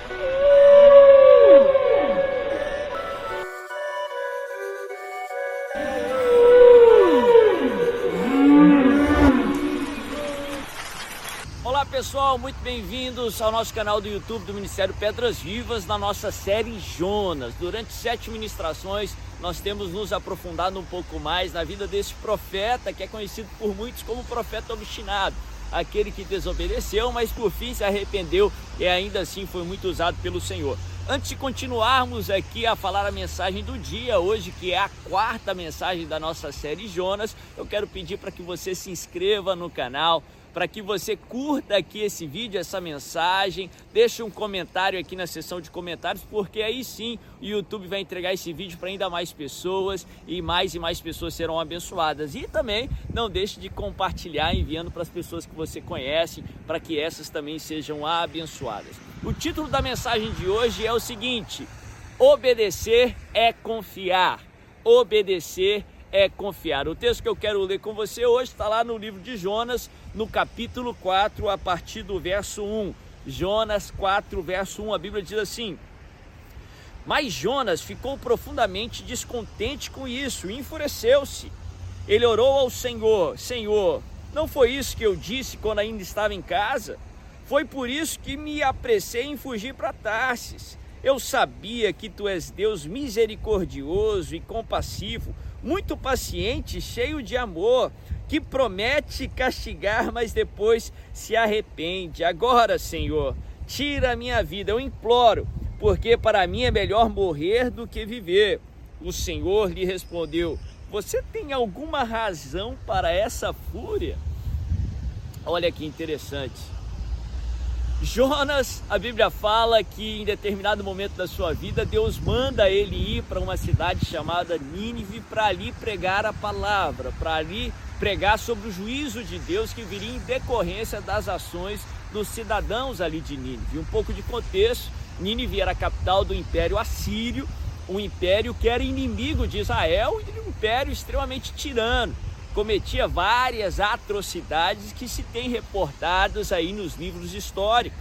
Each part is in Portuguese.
Olá pessoal, muito bem-vindos ao nosso canal do YouTube do Ministério Pedras Vivas, na nossa série Jonas. Durante 7 ministrações nós temos nos aprofundado um pouco mais na vida desse profeta, que é conhecido por muitos como profeta obstinado, aquele que desobedeceu, mas por fim se arrependeu e ainda assim foi muito usado pelo Senhor. Antes de continuarmos aqui a falar a mensagem do dia, hoje que é a 4ª mensagem da nossa série Jonas, eu quero pedir para que você se inscreva no canal, para que você curta aqui esse vídeo, essa mensagem, deixe um comentário aqui na seção de comentários, porque aí sim o YouTube vai entregar esse vídeo para ainda mais pessoas e mais pessoas serão abençoadas. E também não deixe de compartilhar, enviando para as pessoas que você conhece, para que essas também sejam abençoadas. O título da mensagem de hoje é o seguinte: obedecer é confiar. Obedecer é confiar. O texto que eu quero ler com você hoje está lá no livro de Jonas, no capítulo 4, a partir do verso 1. Jonas 4, verso 1, a Bíblia diz assim: mas Jonas ficou profundamente descontente com isso e enfureceu-se. Ele orou ao Senhor: Senhor, não foi isso que eu disse quando ainda estava em casa? Foi por isso que me apressei em fugir para Tarsis. Eu sabia que tu és Deus misericordioso e compassivo, muito paciente, cheio de amor, que promete castigar, mas depois se arrepende. Agora, Senhor, tira a minha vida, eu imploro, porque para mim é melhor morrer do que viver. O Senhor lhe respondeu: você tem alguma razão para essa fúria? Olha que interessante. Jonas, a Bíblia fala que em determinado momento da sua vida, Deus manda ele ir para uma cidade chamada Nínive, para ali pregar a palavra, para ali pregar sobre o juízo de Deus que viria em decorrência das ações dos cidadãos ali de Nínive. Um pouco de contexto: Nínive era a capital do Império Assírio, um império que era inimigo de Israel e um império extremamente tirano. Cometia várias atrocidades que se tem reportados aí nos livros históricos.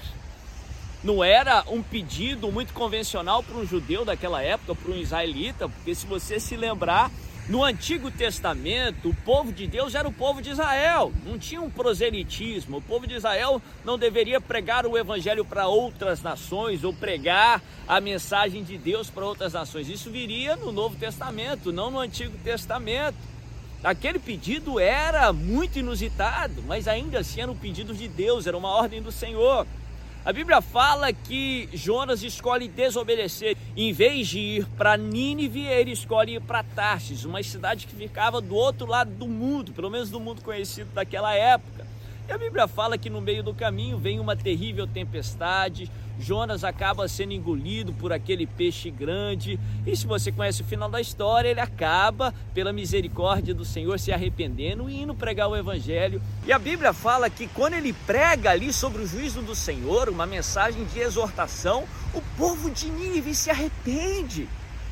Não era um pedido muito convencional para um judeu daquela época, para um israelita, porque se você se lembrar, no Antigo Testamento, o povo de Deus era o povo de Israel, não tinha um proselitismo. O povo de Israel não deveria pregar o evangelho para outras nações ou pregar a mensagem de Deus para outras nações. Isso viria no Novo Testamento, não no Antigo Testamento. Aquele pedido era muito inusitado, mas ainda assim era um pedido de Deus, era uma ordem do Senhor. A Bíblia fala que Jonas escolhe desobedecer. Em vez de ir para Nínive, ele escolhe ir para Tarsis, uma cidade que ficava do outro lado do mundo, pelo menos do mundo conhecido daquela época. E a Bíblia fala que no meio do caminho vem uma terrível tempestade. Jonas acaba sendo engolido por aquele peixe grande, e se você conhece o final da história, ele acaba, pela misericórdia do Senhor, se arrependendo e indo pregar o evangelho. E a Bíblia fala que quando ele prega ali sobre o juízo do Senhor, uma mensagem de exortação, o povo de Nínive se arrepende,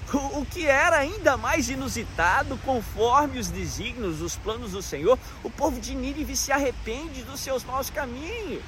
o que era ainda mais inusitado. Conforme os desígnios, os planos do Senhor, o povo de Nínive se arrepende dos seus maus caminhos.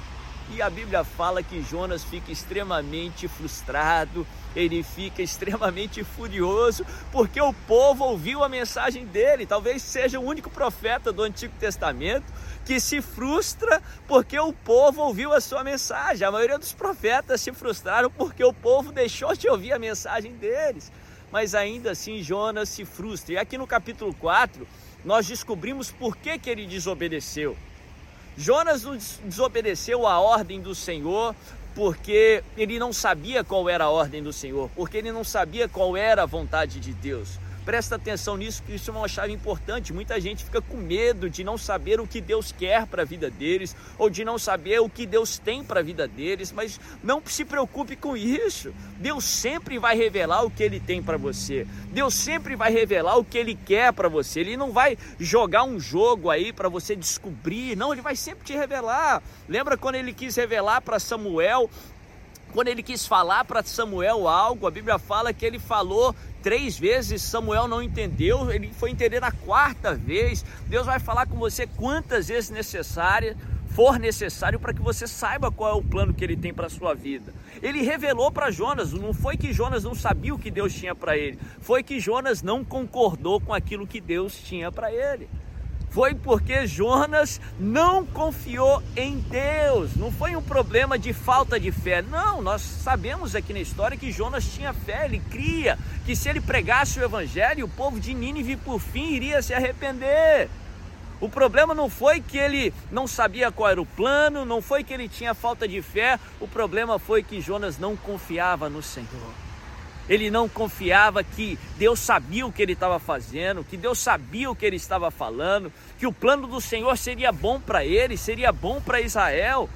E a Bíblia fala que Jonas fica extremamente frustrado, ele fica extremamente furioso, porque o povo ouviu a mensagem dele. Talvez seja o único profeta do Antigo Testamento que se frustra porque o povo ouviu a sua mensagem. A maioria dos profetas se frustraram porque o povo deixou de ouvir a mensagem deles. Mas ainda assim Jonas se frustra. E aqui no capítulo 4, nós descobrimos por que ele desobedeceu. Jonas não desobedeceu a ordem do Senhor porque ele não sabia qual era a ordem do Senhor, porque ele não sabia qual era a vontade de Deus. Presta atenção nisso, que isso é uma chave importante. Muita gente fica com medo de não saber o que Deus quer para a vida deles, ou de não saber o que Deus tem para a vida deles, mas não se preocupe com isso. Deus sempre vai revelar o que Ele tem para você. Deus sempre vai revelar o que Ele quer para você. Ele não vai jogar um jogo aí para você descobrir, não, Ele vai sempre te revelar. Lembra quando Ele quis revelar para Samuel? Quando ele quis falar para Samuel algo, a Bíblia fala que ele falou 3 vezes, Samuel não entendeu, ele foi entender na 4ª vez. Deus vai falar com você quantas vezes necessária for necessário para que você saiba qual é o plano que ele tem para a sua vida. Ele revelou para Jonas, não foi que Jonas não sabia o que Deus tinha para ele, foi que Jonas não concordou com aquilo que Deus tinha para ele. Foi porque Jonas não confiou em Deus. Não foi um problema de falta de fé. Não, nós sabemos aqui na história que Jonas tinha fé. Ele cria que se ele pregasse o evangelho, o povo de Nínive por fim iria se arrepender. O problema não foi que ele não sabia qual era o plano, não foi que ele tinha falta de fé. O problema foi que Jonas não confiava no Senhor. Ele não confiava que Deus sabia o que ele estava fazendo, que Deus sabia o que ele estava falando, que o plano do Senhor seria bom para ele, seria bom para Israel.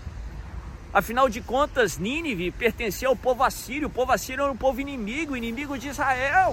Afinal de contas, Nínive pertencia ao povo assírio. O povo assírio era um povo inimigo, inimigo de Israel.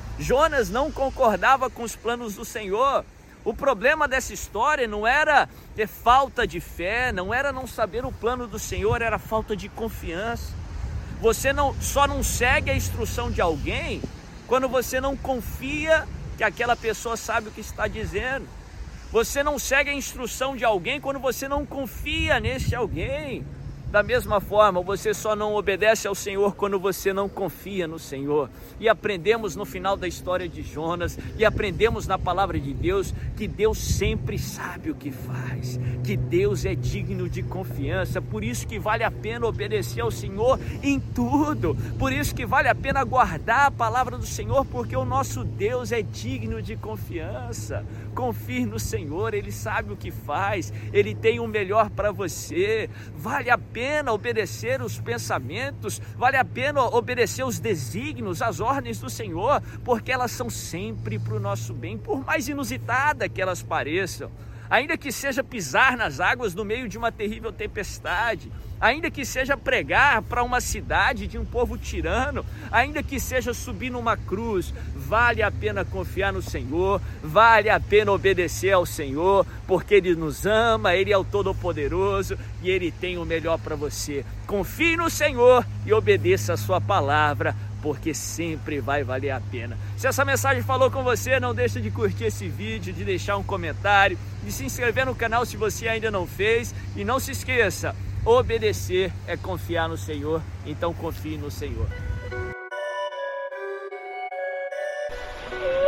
Jonas não concordava com os planos do Senhor. O problema dessa história não era ter falta de fé, não era não saber o plano do Senhor, era falta de confiança. Você só não segue a instrução de alguém quando você não confia que aquela pessoa sabe o que está dizendo. Você não segue a instrução de alguém quando você não confia nesse alguém. Da mesma forma, você só não obedece ao Senhor quando você não confia no Senhor. E aprendemos no final da história de Jonas, e aprendemos na palavra de Deus, que Deus sempre sabe o que faz, que Deus é digno de confiança. Por isso que vale a pena obedecer ao Senhor em tudo. Por isso que vale a pena guardar a palavra do Senhor, porque o nosso Deus é digno de confiança. Confie no Senhor, Ele sabe o que faz, Ele tem o melhor para você. Vale a pena obedecer os pensamentos, vale a pena obedecer os desígnios, as ordens do Senhor, porque elas são sempre para o nosso bem, por mais inusitada que elas pareçam. Ainda que seja pisar nas águas no meio de uma terrível tempestade, ainda que seja pregar para uma cidade de um povo tirano, ainda que seja subir numa cruz, vale a pena confiar no Senhor, vale a pena obedecer ao Senhor, porque Ele nos ama, Ele é o Todo-Poderoso e Ele tem o melhor para você. Confie no Senhor e obedeça a sua palavra, porque sempre vai valer a pena. Se essa mensagem falou com você, não deixe de curtir esse vídeo, de deixar um comentário, de se inscrever no canal se você ainda não fez, e não se esqueça, obedecer é confiar no Senhor, então confie no Senhor.